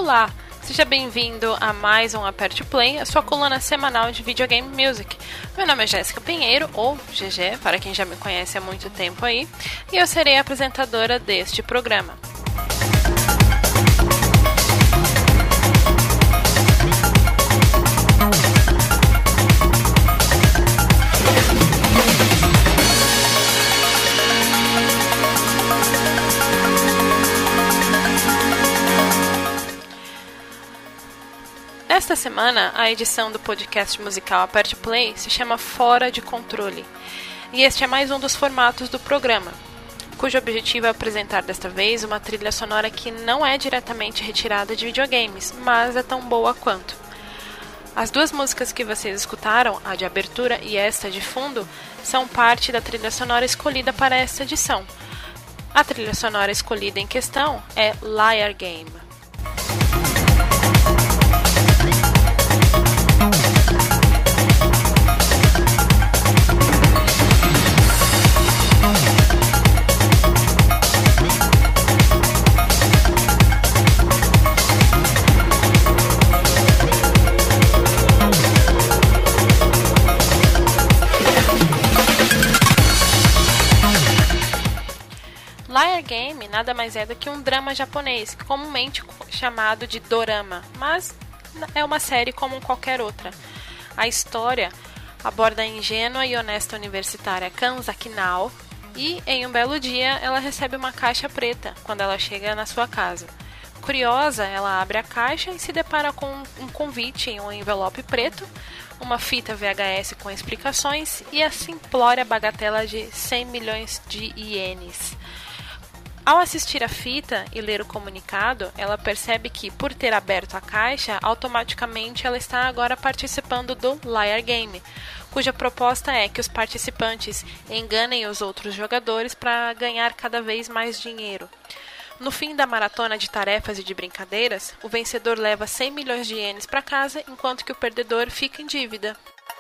Olá, seja bem-vindo a mais um Aperte Play, a sua coluna semanal de Videogame Music. Meu nome é Jéssica Pinheiro, ou GG, para quem já me conhece há muito tempo aí, e eu serei a apresentadora deste programa. Esta semana, a edição do podcast musical Aperte Play se chama Fora de Controle, e este é mais um dos formatos do programa, cujo objetivo é apresentar desta vez uma trilha sonora que não é diretamente retirada de videogames, mas é tão boa quanto. As duas músicas que vocês escutaram, a de abertura e esta de fundo, são parte da trilha sonora escolhida para esta edição. A trilha sonora escolhida em questão é Liar Game. Liar Game nada mais é do que um drama japonês, comumente chamado de dorama, mas é uma série como qualquer outra. A história aborda a ingênua e honesta universitária Kanzaki Nao e, em um belo dia, ela recebe uma caixa preta quando ela chega na sua casa. Curiosa, ela abre a caixa e se depara com um convite em um envelope preto, uma fita VHS com explicações e a simplória bagatela de 100 milhões de ienes. Ao assistir a fita e ler o comunicado, ela percebe que, por ter aberto a caixa, automaticamente ela está agora participando do Liar Game, cuja proposta é que os participantes enganem os outros jogadores para ganhar cada vez mais dinheiro. No fim da maratona de tarefas e de brincadeiras, o vencedor leva 100 milhões de ienes para casa, enquanto que o perdedor fica em dívida.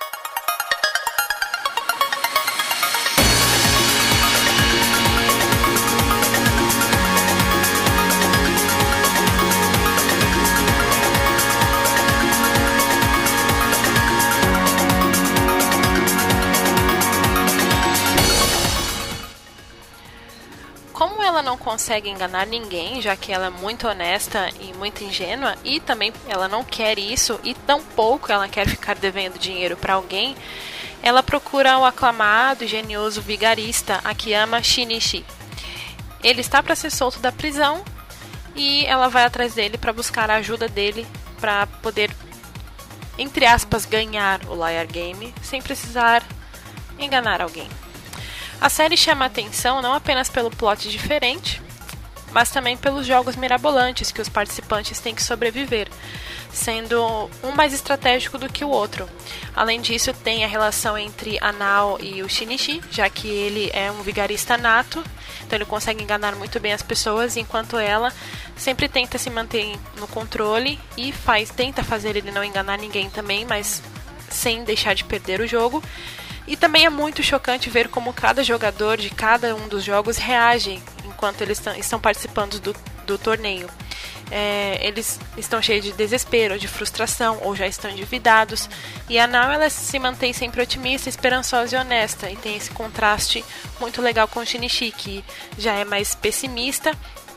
Como ela não consegue enganar ninguém, já que ela é muito honesta e muito ingênua, e também ela não quer isso, e tampouco ela quer ficar devendo dinheiro para alguém, ela procura o aclamado e genioso vigarista Akiyama Shinichi. Ele está para ser solto da prisão e ela vai atrás dele para buscar a ajuda dele para poder, entre aspas, ganhar o Liar Game sem precisar enganar alguém. A série chama a atenção não apenas pelo plot diferente, mas também pelos jogos mirabolantes que os participantes têm que sobreviver, sendo um mais estratégico do que o outro. Além disso, tem a relação entre a Nao e o Shinichi, já que ele é um vigarista nato, então ele consegue enganar muito bem as pessoas, enquanto ela sempre tenta se manter no controle e tenta fazer ele não enganar ninguém também, mas sem deixar de perder o jogo. E também é muito chocante ver como cada jogador de cada um dos jogos reage enquanto eles estão participando do torneio. Eles estão cheios de desespero, de frustração, ou já estão endividados. E a Nao, ela se mantém sempre otimista, esperançosa e honesta. E tem esse contraste muito legal com o Shinichi, que já é mais pessimista.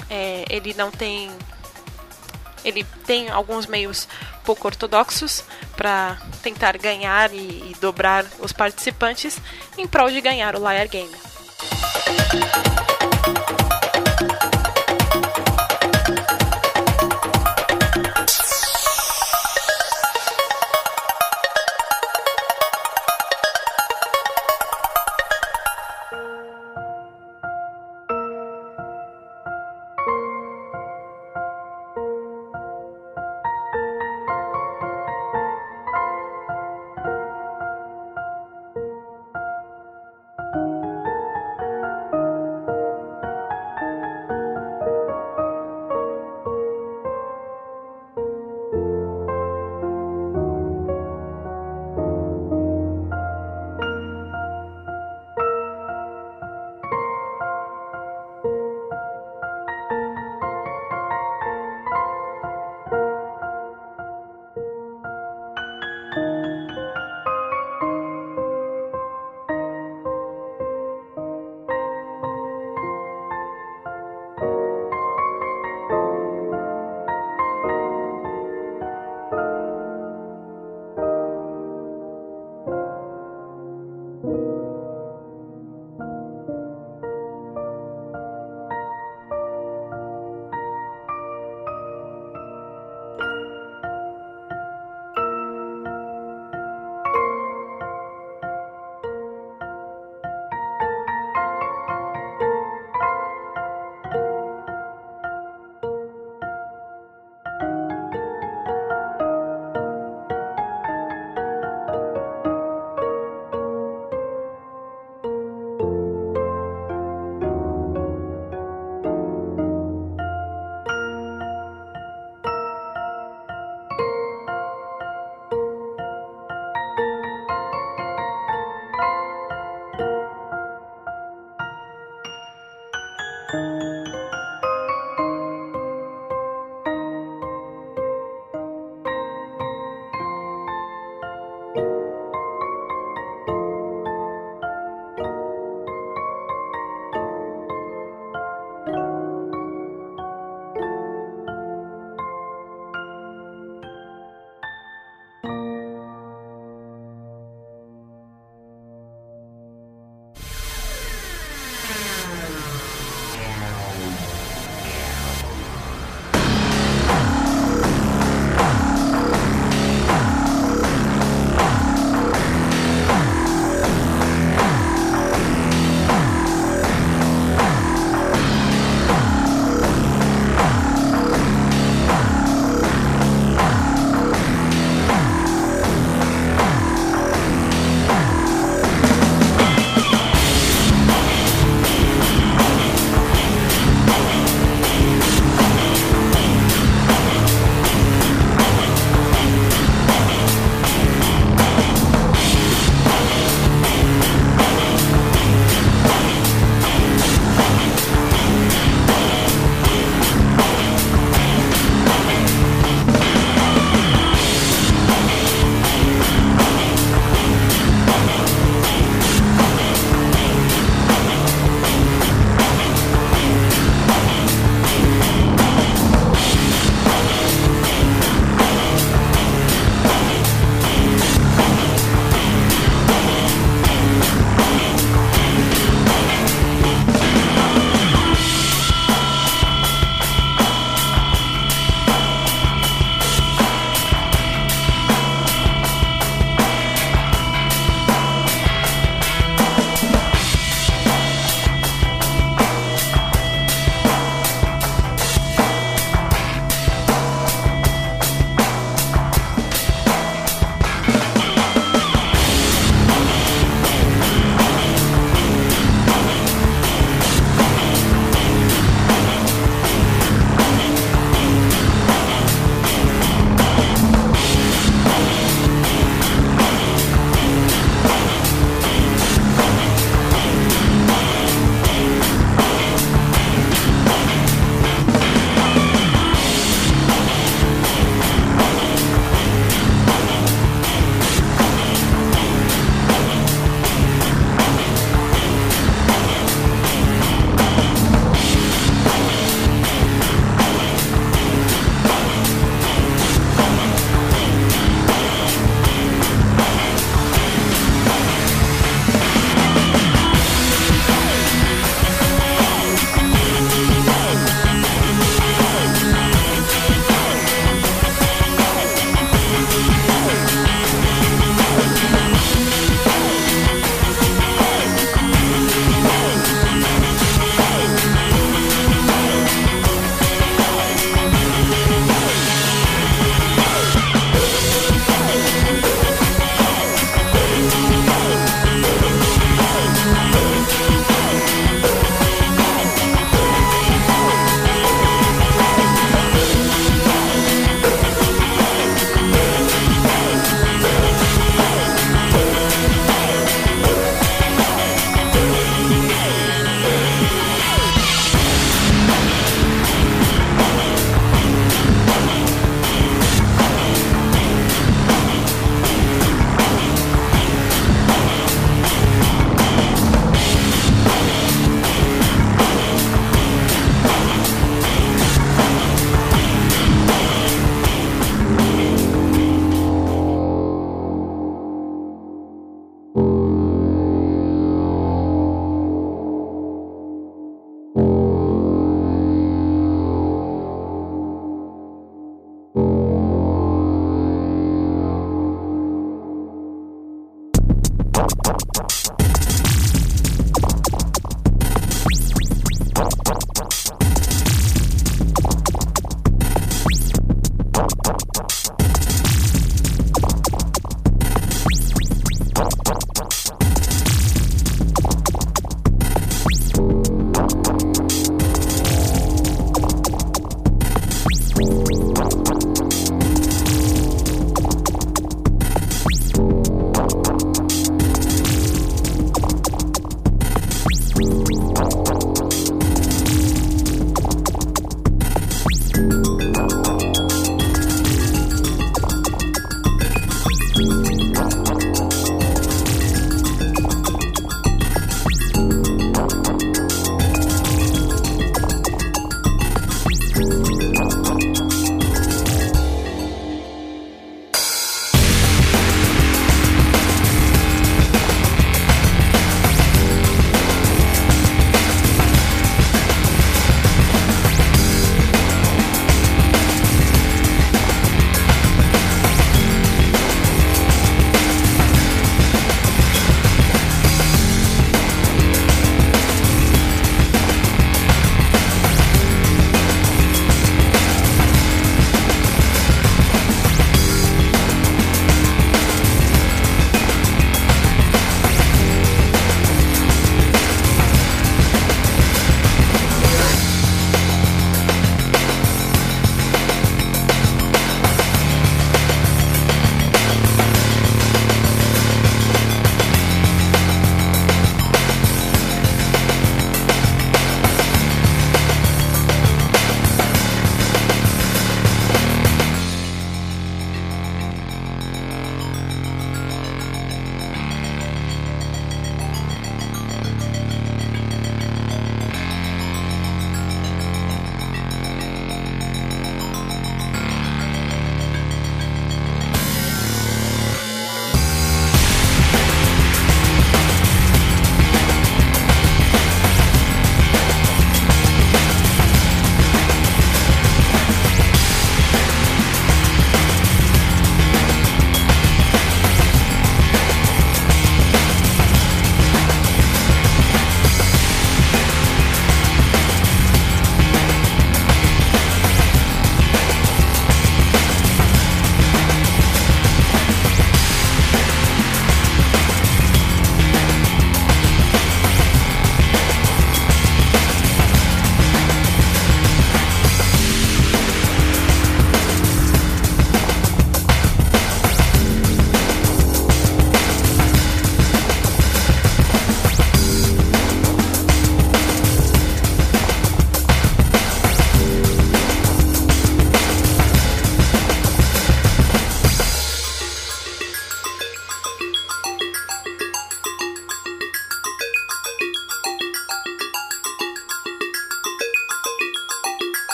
Ele tem alguns meios pouco ortodoxos para tentar ganhar e dobrar os participantes em prol de ganhar o Liar Game.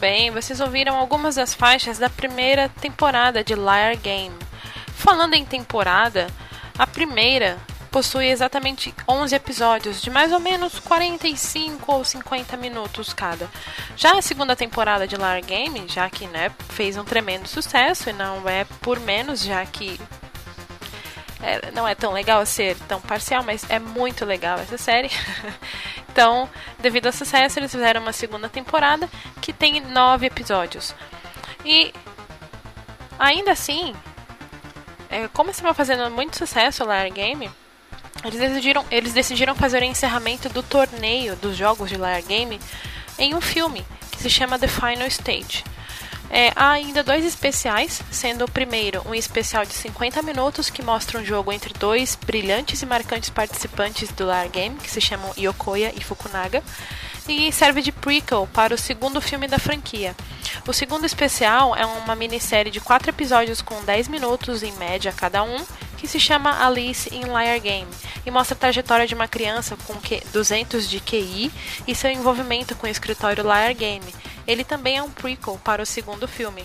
bem, vocês ouviram algumas das faixas da primeira temporada de Liar Game. Falando em temporada, a primeira possui exatamente 11 episódios, de mais ou menos 45 ou 50 minutos cada. Já a segunda temporada de Liar Game, já que fez um tremendo sucesso, e não é por menos, já que não é tão legal ser tão parcial, mas é muito legal essa série. Então, devido ao sucesso, eles fizeram uma segunda temporada que tem 9 episódios. E ainda assim, como estava fazendo muito sucesso o Liar Game, eles decidiram fazer o encerramento do torneio dos jogos de Liar Game em um filme que se chama The Final Stage. Há ainda 2 especiais, sendo o primeiro um especial de 50 minutos que mostra um jogo entre 2 brilhantes e marcantes participantes do Liar Game, que se chamam Yokoya e Fukunaga, e serve de prequel para o segundo filme da franquia. O segundo especial é uma minissérie de 4 episódios com 10 minutos em média cada um, que se chama Alice in Liar Game, e mostra a trajetória de uma criança com 200 de QI e seu envolvimento com o escritório Liar Game. Ele também é um prequel para o segundo filme.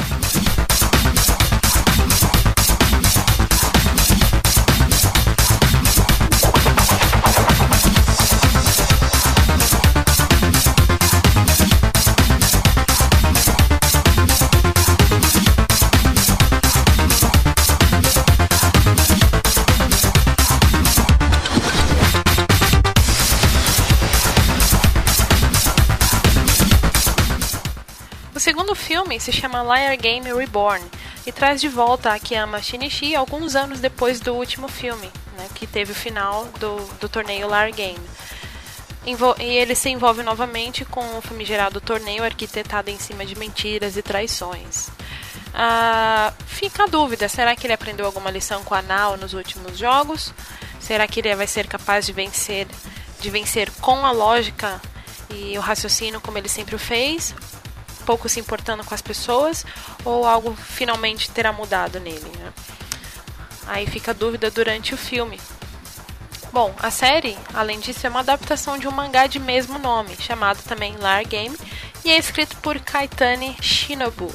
O segundo filme se chama Liar Game Reborn e traz de volta a Akiyama Shinichi alguns anos depois do último filme, que teve o final do torneio Liar Game. E ele se envolve novamente com o famigerado torneio arquitetado em cima de mentiras e traições. Fica a dúvida, será que ele aprendeu alguma lição com a Nao nos últimos jogos? Será que ele vai ser capaz de vencer com a lógica e o raciocínio como ele sempre o fez? Pouco se importando com as pessoas, ou algo finalmente terá mudado nele, Aí fica a dúvida durante o filme. Bom, a série, além disso, é uma adaptação de um mangá de mesmo nome, chamado também Liar Game, e é escrito por Kaitani Shinobu.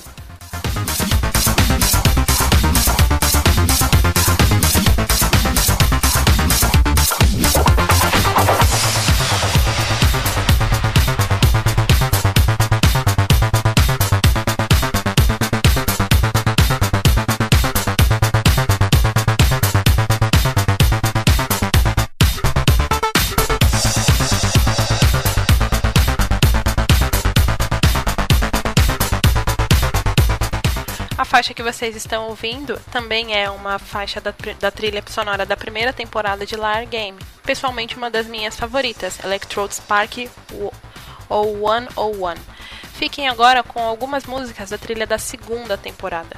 A faixa que vocês estão ouvindo também é uma faixa da trilha sonora da primeira temporada de Liar Game. Pessoalmente, uma das minhas favoritas, Electrode Spark ou 101. Fiquem agora com algumas músicas da trilha da segunda temporada.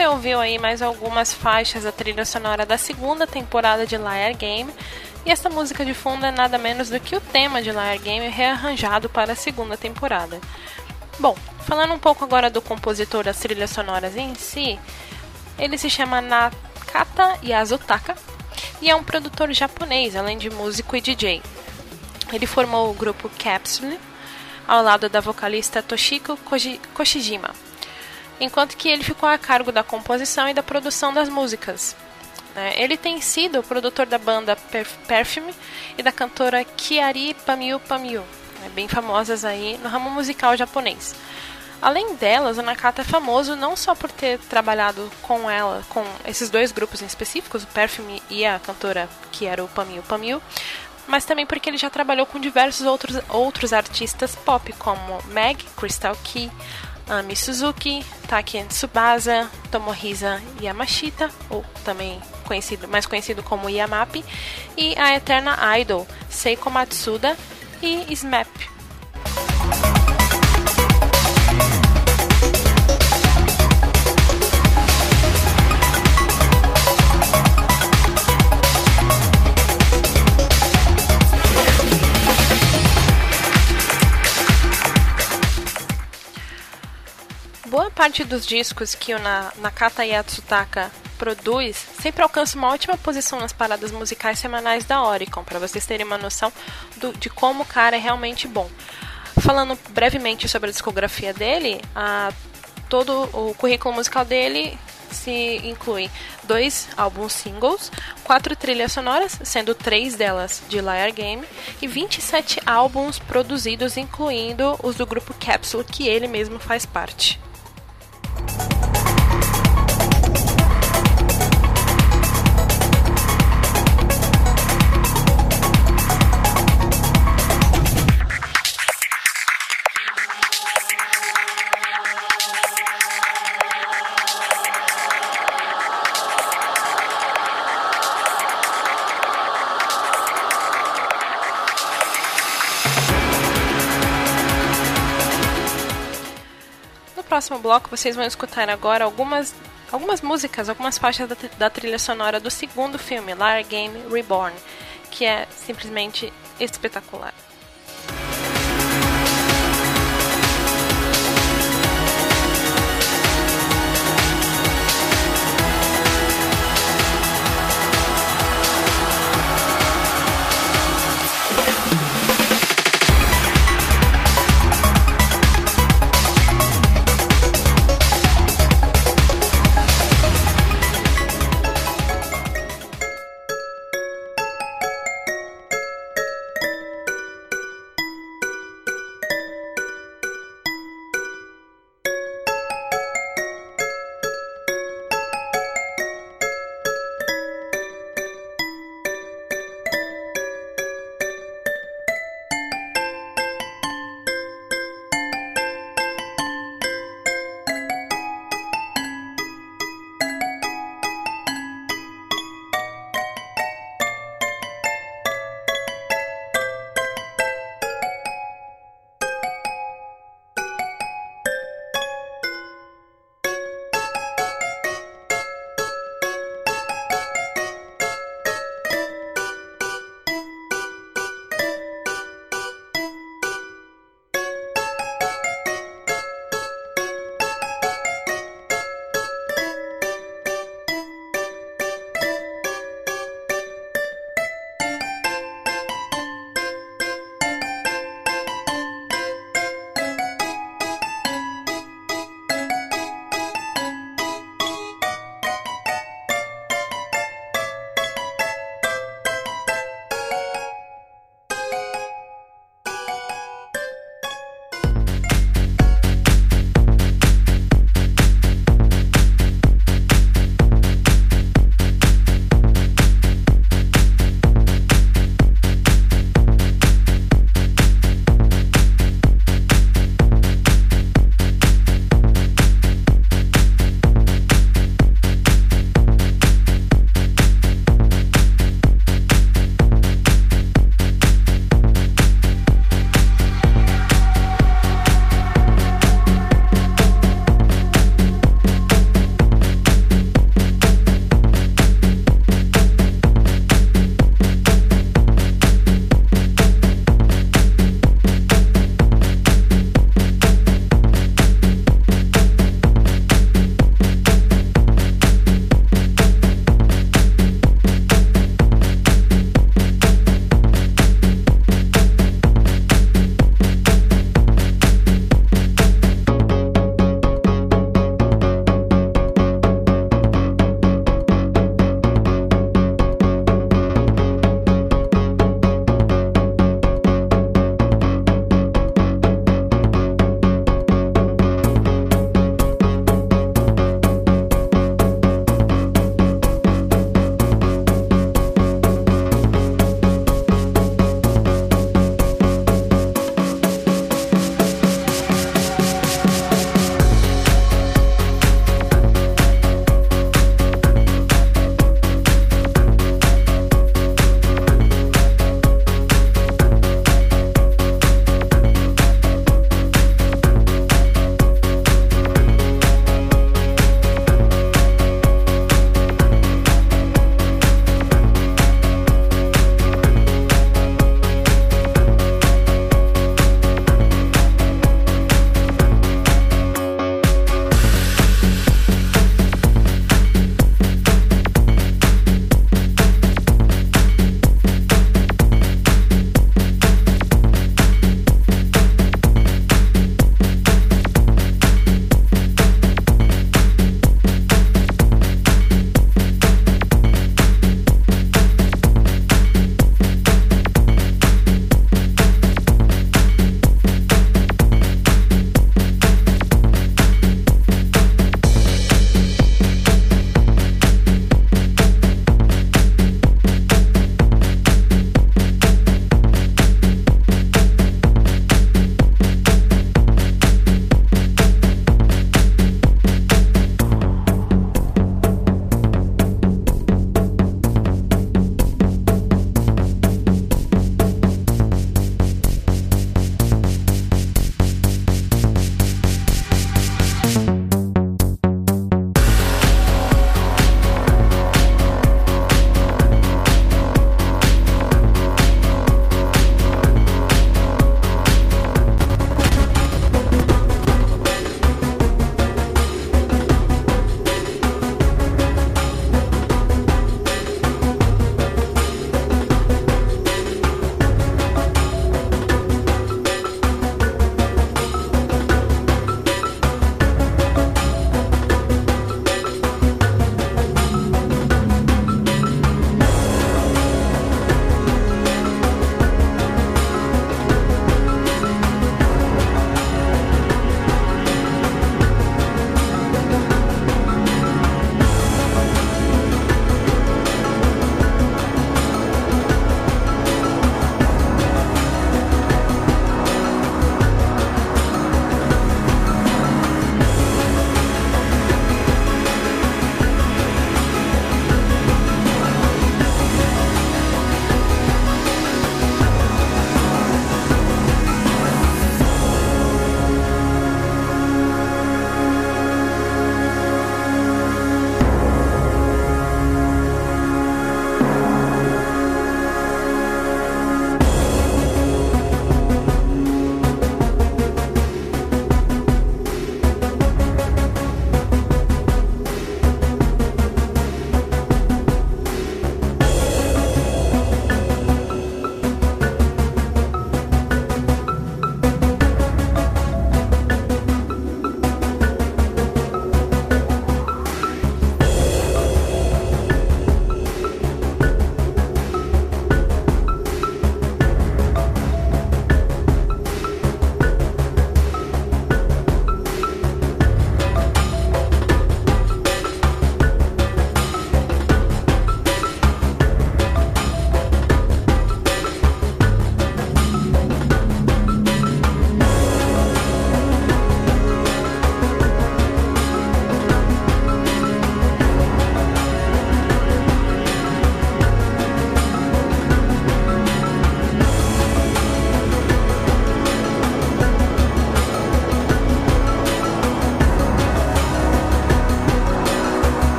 você ouviu aí mais algumas faixas da trilha sonora da segunda temporada de Liar Game, e essa música de fundo é nada menos do que o tema de Liar Game rearranjado para a segunda temporada. Bom, falando um pouco agora do compositor das trilhas sonoras em si, ele se chama Nakata Yasutaka e é um produtor japonês, além de músico e DJ. Ele formou o grupo Capsule ao lado da vocalista Toshiko Koshijima, enquanto que ele ficou a cargo da composição e da produção das músicas. Ele tem sido o produtor da banda Perfume e da cantora Kyari Pamiu Pamiu, bem famosas aí no ramo musical japonês. Além delas, o Nakata é famoso não só por ter trabalhado com esses dois grupos em específicos, o Perfume e a cantora Kyari Pamiu Pamiu, mas também porque ele já trabalhou com diversos outros artistas pop, como Meg, Crystal Key, Ami Suzuki, Taki Tsubasa, Tomohisa Yamashita, ou também mais conhecido como Yamapi, e a eterna idol Seiko Matsuda e SMAP. Boa parte dos discos que o Nakata Yasutaka produz sempre alcança uma ótima posição nas paradas musicais semanais da Oricon, para vocês terem uma noção de como o cara é realmente bom. Falando brevemente sobre a discografia dele, todo o currículo musical dele se inclui 2 álbuns singles, 4 trilhas sonoras, sendo 3 delas de Liar Game, e 27 álbuns produzidos, incluindo os do grupo Capsule, que ele mesmo faz parte. No próximo bloco vocês vão escutar agora algumas músicas, algumas faixas da trilha sonora do segundo filme, Liar Game Reborn, que é simplesmente espetacular.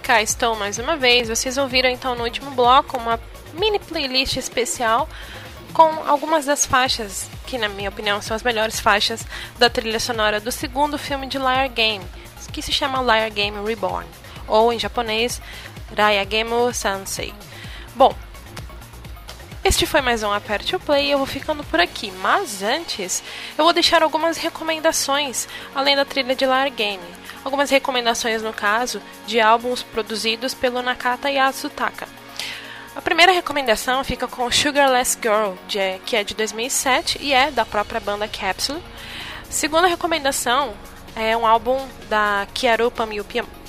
cá estou mais uma vez. Vocês ouviram então no último bloco uma mini playlist especial com algumas das faixas que, na minha opinião, são as melhores faixas da trilha sonora do segundo filme de Liar Game, que se chama Liar Game Reborn, ou em japonês, Raya Game Sansei. Bom, este foi mais um Aperte o Play e eu vou ficando por aqui, mas antes eu vou deixar algumas recomendações, além da trilha de Liar Game. Algumas recomendações, no caso, de álbuns produzidos pelo Nakata Yasutaka. A primeira recomendação fica com Sugarless Girl, que é de 2007 e é da própria banda Capsule. Segunda recomendação é um álbum da Kyaru Pamiu,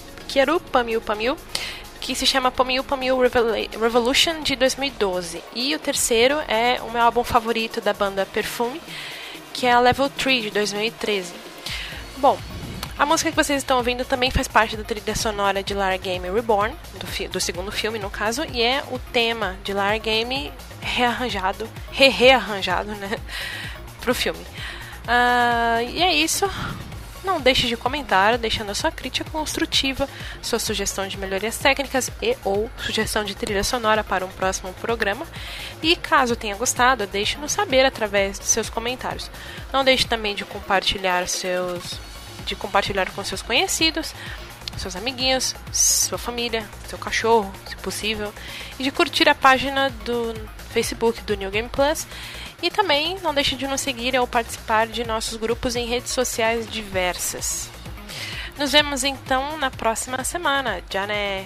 que se chama Pamiu Pamiu Revolution, de 2012. E o terceiro é o meu álbum favorito da banda Perfume, que é a Level 3, de 2013. Bom, a música que vocês estão ouvindo também faz parte da trilha sonora de Liar Game Reborn, do segundo filme, no caso, e é o tema de Liar Game rearranjado, né, pro filme. E é isso. Não deixe de comentar, deixando a sua crítica construtiva, sua sugestão de melhorias técnicas ou sugestão de trilha sonora para um próximo programa. E caso tenha gostado, deixe-nos saber através de seus comentários. Não deixe também de compartilhar com seus conhecidos, seus amiguinhos, sua família, seu cachorro, se possível, e de curtir a página do Facebook do New Game Plus. E também não deixe de nos seguir ou participar de nossos grupos em redes sociais diversas. Nos vemos então na próxima semana. Já né?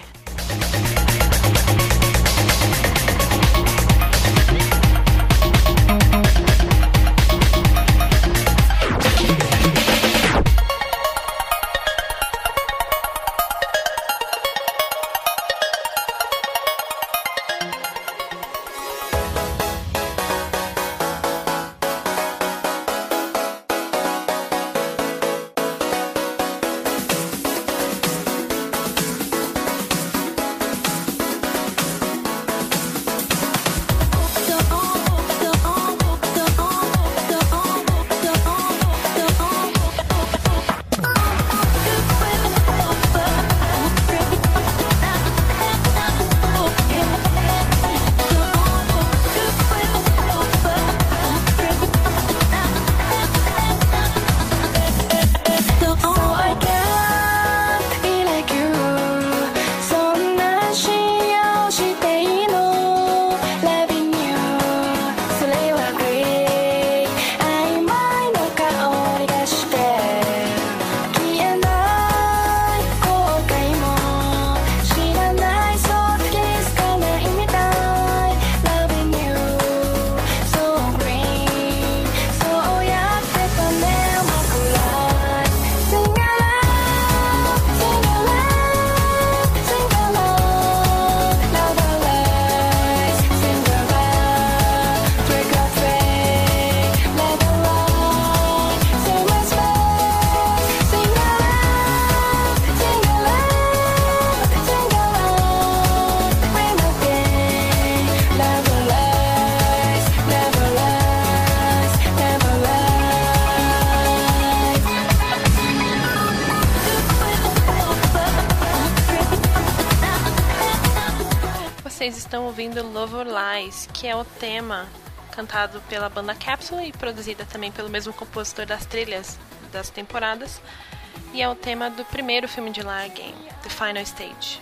Vocês estão ouvindo Love or Lies, que é o tema cantado pela banda Capsule e produzida também pelo mesmo compositor das trilhas das temporadas, e é o tema do primeiro filme de Liar Game, The Final Stage.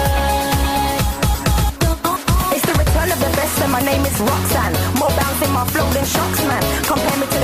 Roxanne, more bounce in my exploding shocks, man. Compare me to